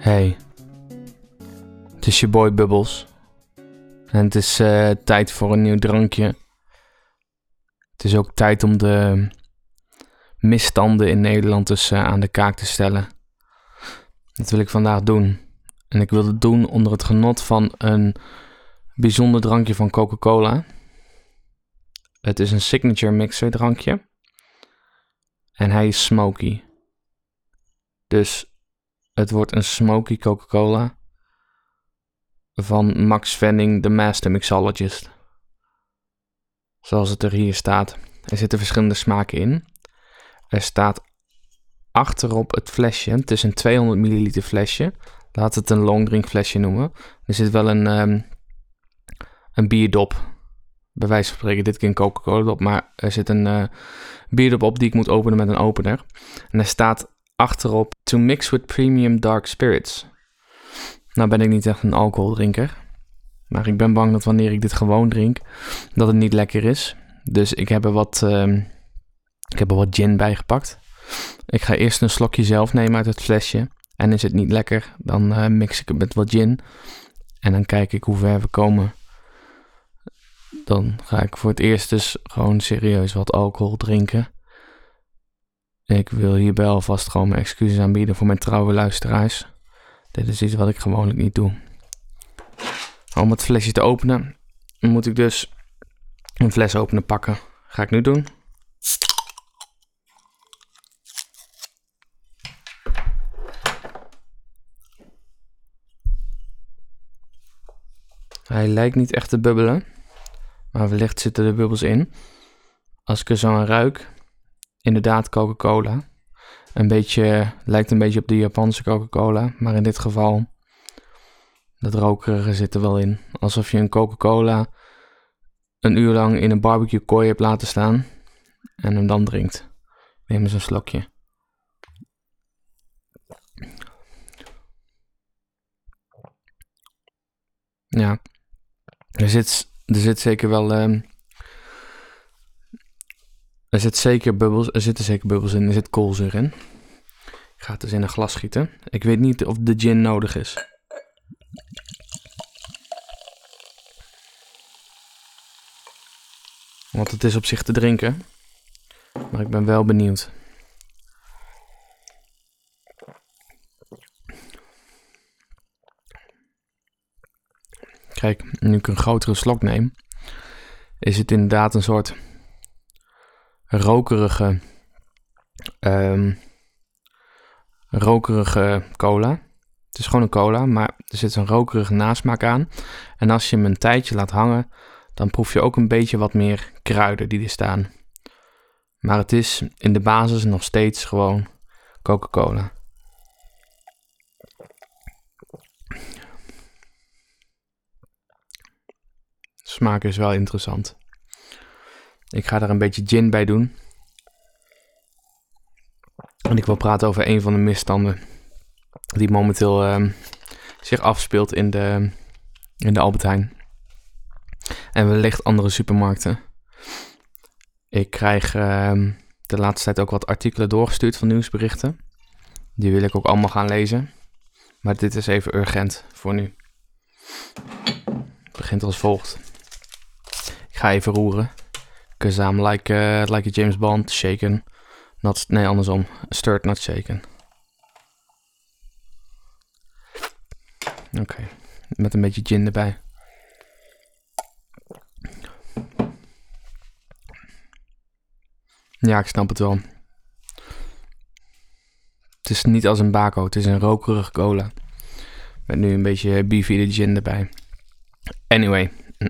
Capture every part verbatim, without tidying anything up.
Hey, het is je boy Bubbles. En het is uh, tijd voor een nieuw drankje. Het is ook tijd om de misstanden in Nederland dus uh, aan de kaak te stellen. Dat wil ik vandaag doen. En ik wil het doen onder het genot van een bijzonder drankje van Coca-Cola. Het is een signature mixer drankje. En hij is smoky. Dus het wordt een smoky Coca-Cola van Max Venning, de Master Mixologist. Zoals het er hier staat. Er zitten verschillende smaken in. Er staat achterop het flesje. Het is een tweehonderd milliliter flesje. Laat het een longdrink flesje noemen. Er zit wel een, um, een bierdop. Bij wijze van spreken dit keer een Coca-Cola dop. Maar er zit een uh, bierdop op die ik moet openen met een opener. En er staat achterop to mix with premium dark spirits. Nou ben ik niet echt een alcoholdrinker. Maar ik ben bang dat wanneer ik dit gewoon drink, dat het niet lekker is. Dus ik heb er wat, uh, ik heb er wat gin bij gepakt. Ik ga eerst een slokje zelf nemen uit het flesje. En is het niet lekker, dan uh, mix ik het met wat gin. En dan kijk ik hoe ver we komen. Dan ga ik voor het eerst dus gewoon serieus wat alcohol drinken. Ik wil hierbij alvast gewoon mijn excuses aanbieden voor mijn trouwe luisteraars. Dit is iets wat ik gewoonlijk niet doe. Om het flesje te openen, moet ik dus een flesopener pakken. Ga ik nu doen. Hij lijkt niet echt te bubbelen, maar wellicht zitten er bubbels in. Als ik er zo aan ruik, inderdaad Coca-Cola. Een beetje, lijkt een beetje op de Japanse Coca-Cola, maar in dit geval, dat rokerige zit er wel in. Alsof je een Coca-Cola een uur lang in een barbecue kooi hebt laten staan en hem dan drinkt. Neem eens een slokje. Ja, er zit, er zit zeker wel, um, er zit zeker bubbels, er zitten zeker bubbels in, er zit koolzuur in. Ik ga het dus in een glas gieten. Ik weet niet of de gin nodig is. Want het is op zich te drinken. Maar ik ben wel benieuwd. Kijk, nu ik een grotere slok neem, is het inderdaad een soort rokerige, um, rokerige cola. Het is gewoon een cola, maar er zit zo'n rokerige nasmaak aan. En als je hem een tijdje laat hangen, dan proef je ook een beetje wat meer kruiden die er staan. Maar het is in de basis nog steeds gewoon Coca-Cola. De smaak is wel interessant. Ik ga er een beetje gin bij doen. En ik wil praten over een van de misstanden die momenteel uh, zich afspeelt in de, in de Albert Heijn. En wellicht andere supermarkten. Ik krijg uh, de laatste tijd ook wat artikelen doorgestuurd van nieuwsberichten. Die wil ik ook allemaal gaan lezen. Maar dit is even urgent voor nu. Het begint als volgt. Ik ga even roeren. Because I'm like, uh, like a James Bond, shaken. Not, nee, andersom. Stirred, not shaken. Oké. Okay. Met een beetje gin erbij. Ja, ik snap het wel. Het is niet als een bako, het is een rokerige cola. Met nu een beetje beefy de gin erbij. Anyway.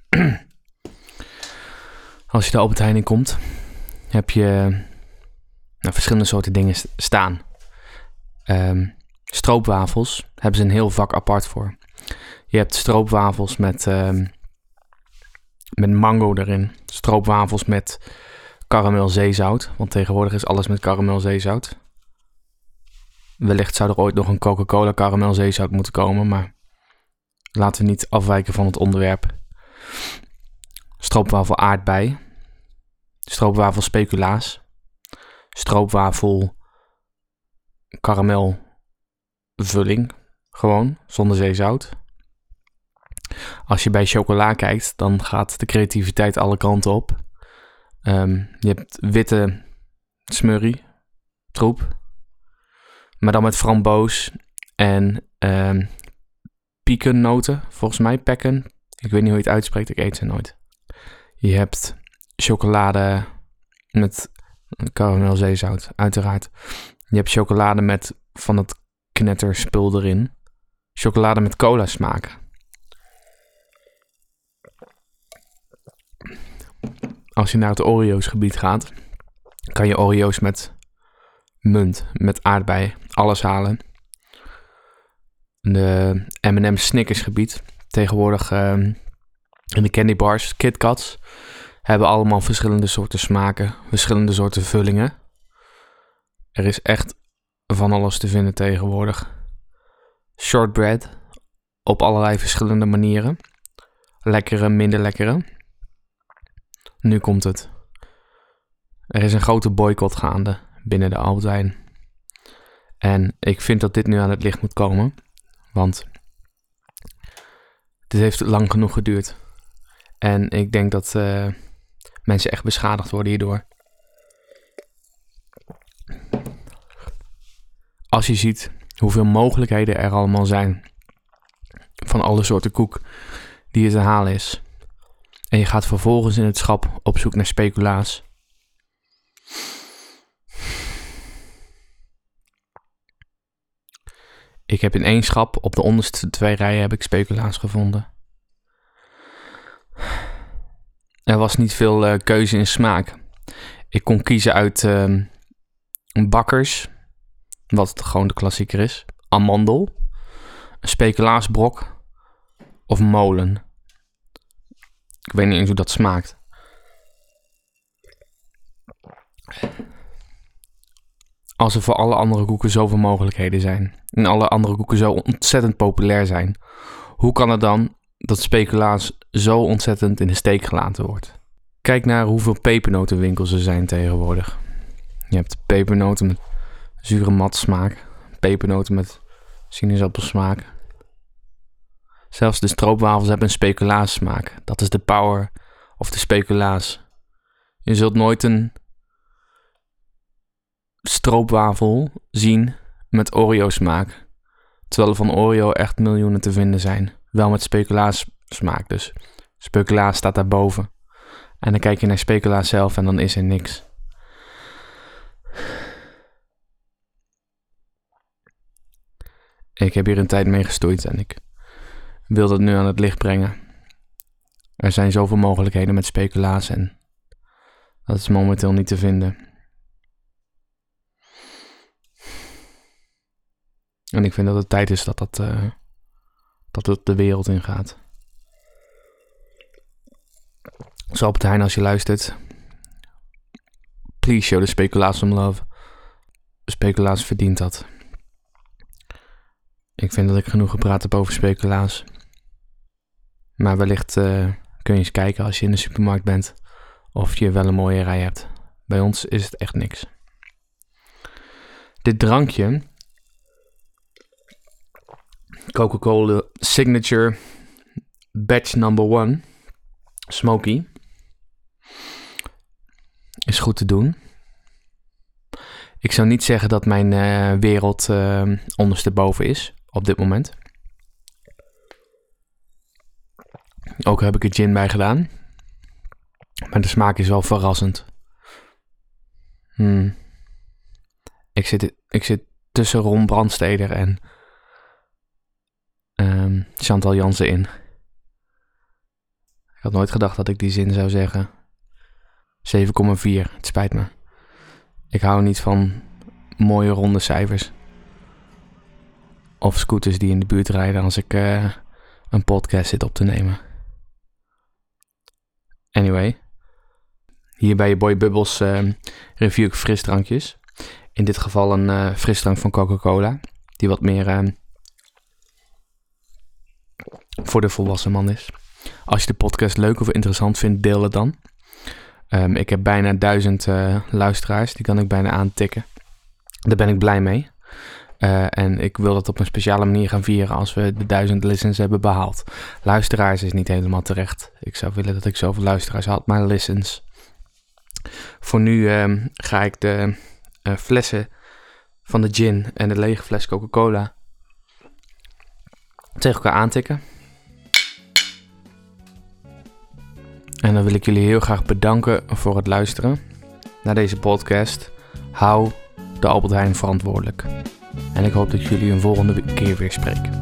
Als je de Albert Heijn in komt, heb je nou, verschillende soorten dingen staan. Um, stroopwafels hebben ze een heel vak apart voor. Je hebt stroopwafels met, um, met mango erin. Stroopwafels met karamelzeezout. Want tegenwoordig is alles met karamelzeezout. Wellicht zou er ooit nog een Coca-Cola karamelzeezout moeten komen. Maar laten we niet afwijken van het onderwerp. Stroopwafel aardbei. Stroopwafel speculaas. Stroopwafel karamelvulling. Gewoon, zonder zeezout. Als je bij chocola kijkt, dan gaat de creativiteit alle kanten op. Um, je hebt witte smurrie, troep. Maar dan met framboos en um, piekennoten, volgens mij, pekken. Ik weet niet hoe je het uitspreekt, ik eet ze nooit. Je hebt chocolade met karamelzeezout, uiteraard. Je hebt chocolade met van het knetterspul erin. Chocolade met cola smaak. Als je naar het Oreo's gebied gaat, kan je Oreo's met munt, met aardbei, alles halen. De M en M's Snickers gebied, tegenwoordig uh, in de candy bars, KitKats, hebben allemaal verschillende soorten smaken, verschillende soorten vullingen. Er is echt van alles te vinden tegenwoordig. Shortbread, op allerlei verschillende manieren. Lekkere, minder lekkere. Nu komt het. Er is een grote boycott gaande binnen de Albert Heijn. En ik vind dat dit nu aan het licht moet komen. Want dit heeft lang genoeg geduurd. En ik denk dat uh, mensen echt beschadigd worden hierdoor. Als je ziet hoeveel mogelijkheden er allemaal zijn van alle soorten koek die er te halen is. En je gaat vervolgens in het schap op zoek naar speculaas. Ik heb in één schap, op de onderste twee rijen, heb ik speculaas gevonden. Er was niet veel uh, keuze in smaak. Ik kon kiezen uit uh, bakkers, wat gewoon de klassieker is, amandel, een speculaasbrok of molen. Ik weet niet eens hoe dat smaakt. Als er voor alle andere koeken zoveel mogelijkheden zijn en alle andere koeken zo ontzettend populair zijn, hoe kan het dan dat speculaas zo ontzettend in de steek gelaten wordt? Kijk naar hoeveel pepernotenwinkels er zijn tegenwoordig. Je hebt pepernoten met zure mat smaak, pepernoten met sinaasappelsmaak. Zelfs de stroopwafels hebben een speculaas smaak. Dat is de power of de speculaas. Je zult nooit een stroopwafel zien met Oreo smaak. Terwijl er van Oreo echt miljoenen te vinden zijn. Wel met speculaas smaak dus. Speculaas staat daarboven. En dan kijk je naar speculaas zelf en dan is er niks. Ik heb hier een tijd mee gestoeid en ik wil dat nu aan het licht brengen. Er zijn zoveel mogelijkheden met speculaas en dat is momenteel niet te vinden. En ik vind dat het tijd is dat dat, uh, dat het de wereld ingaat. Zo Albert Heijn, als je luistert. Please show the speculaas some love. Speculaas verdient dat. Ik vind dat ik genoeg gepraat heb over speculaas. Maar wellicht uh, kun je eens kijken als je in de supermarkt bent of je wel een mooie rij hebt. Bij ons is het echt niks. Dit drankje, Coca-Cola Signature Batch number one, Smoky, is goed te doen. Ik zou niet zeggen dat mijn uh, wereld uh, ondersteboven is op dit moment. Ook heb ik er gin bij gedaan. Maar de smaak is wel verrassend. Hmm. Ik zit, ik zit tussen Ron Brandsteder en um, Chantal Jansen in. Ik had nooit gedacht dat ik die zin zou zeggen. zeven komma vier, het spijt me. Ik hou niet van mooie ronde cijfers. Of scooters die in de buurt rijden als ik uh, een podcast zit op te nemen. Anyway. Hier bij je Boy Bubbles uh, review ik frisdrankjes. In dit geval een uh, frisdrank van Coca-Cola. Die wat meer uh, voor de volwassen man is. Als je de podcast leuk of interessant vindt, deel het dan. Um, ik heb bijna duizend uh, luisteraars. Die kan ik bijna aantikken. Daar ben ik blij mee. Uh, en ik wil dat op een speciale manier gaan vieren als we de duizend listens hebben behaald. Luisteraars is niet helemaal terecht. Ik zou willen dat ik zoveel luisteraars had, maar listens. Voor nu uh, ga ik de uh, flessen van de gin en de lege fles Coca-Cola tegen elkaar aantikken. En dan wil ik jullie heel graag bedanken voor het luisteren naar deze podcast. Hou de Albert Heijn verantwoordelijk. En ik hoop dat jullie een volgende keer weer spreken.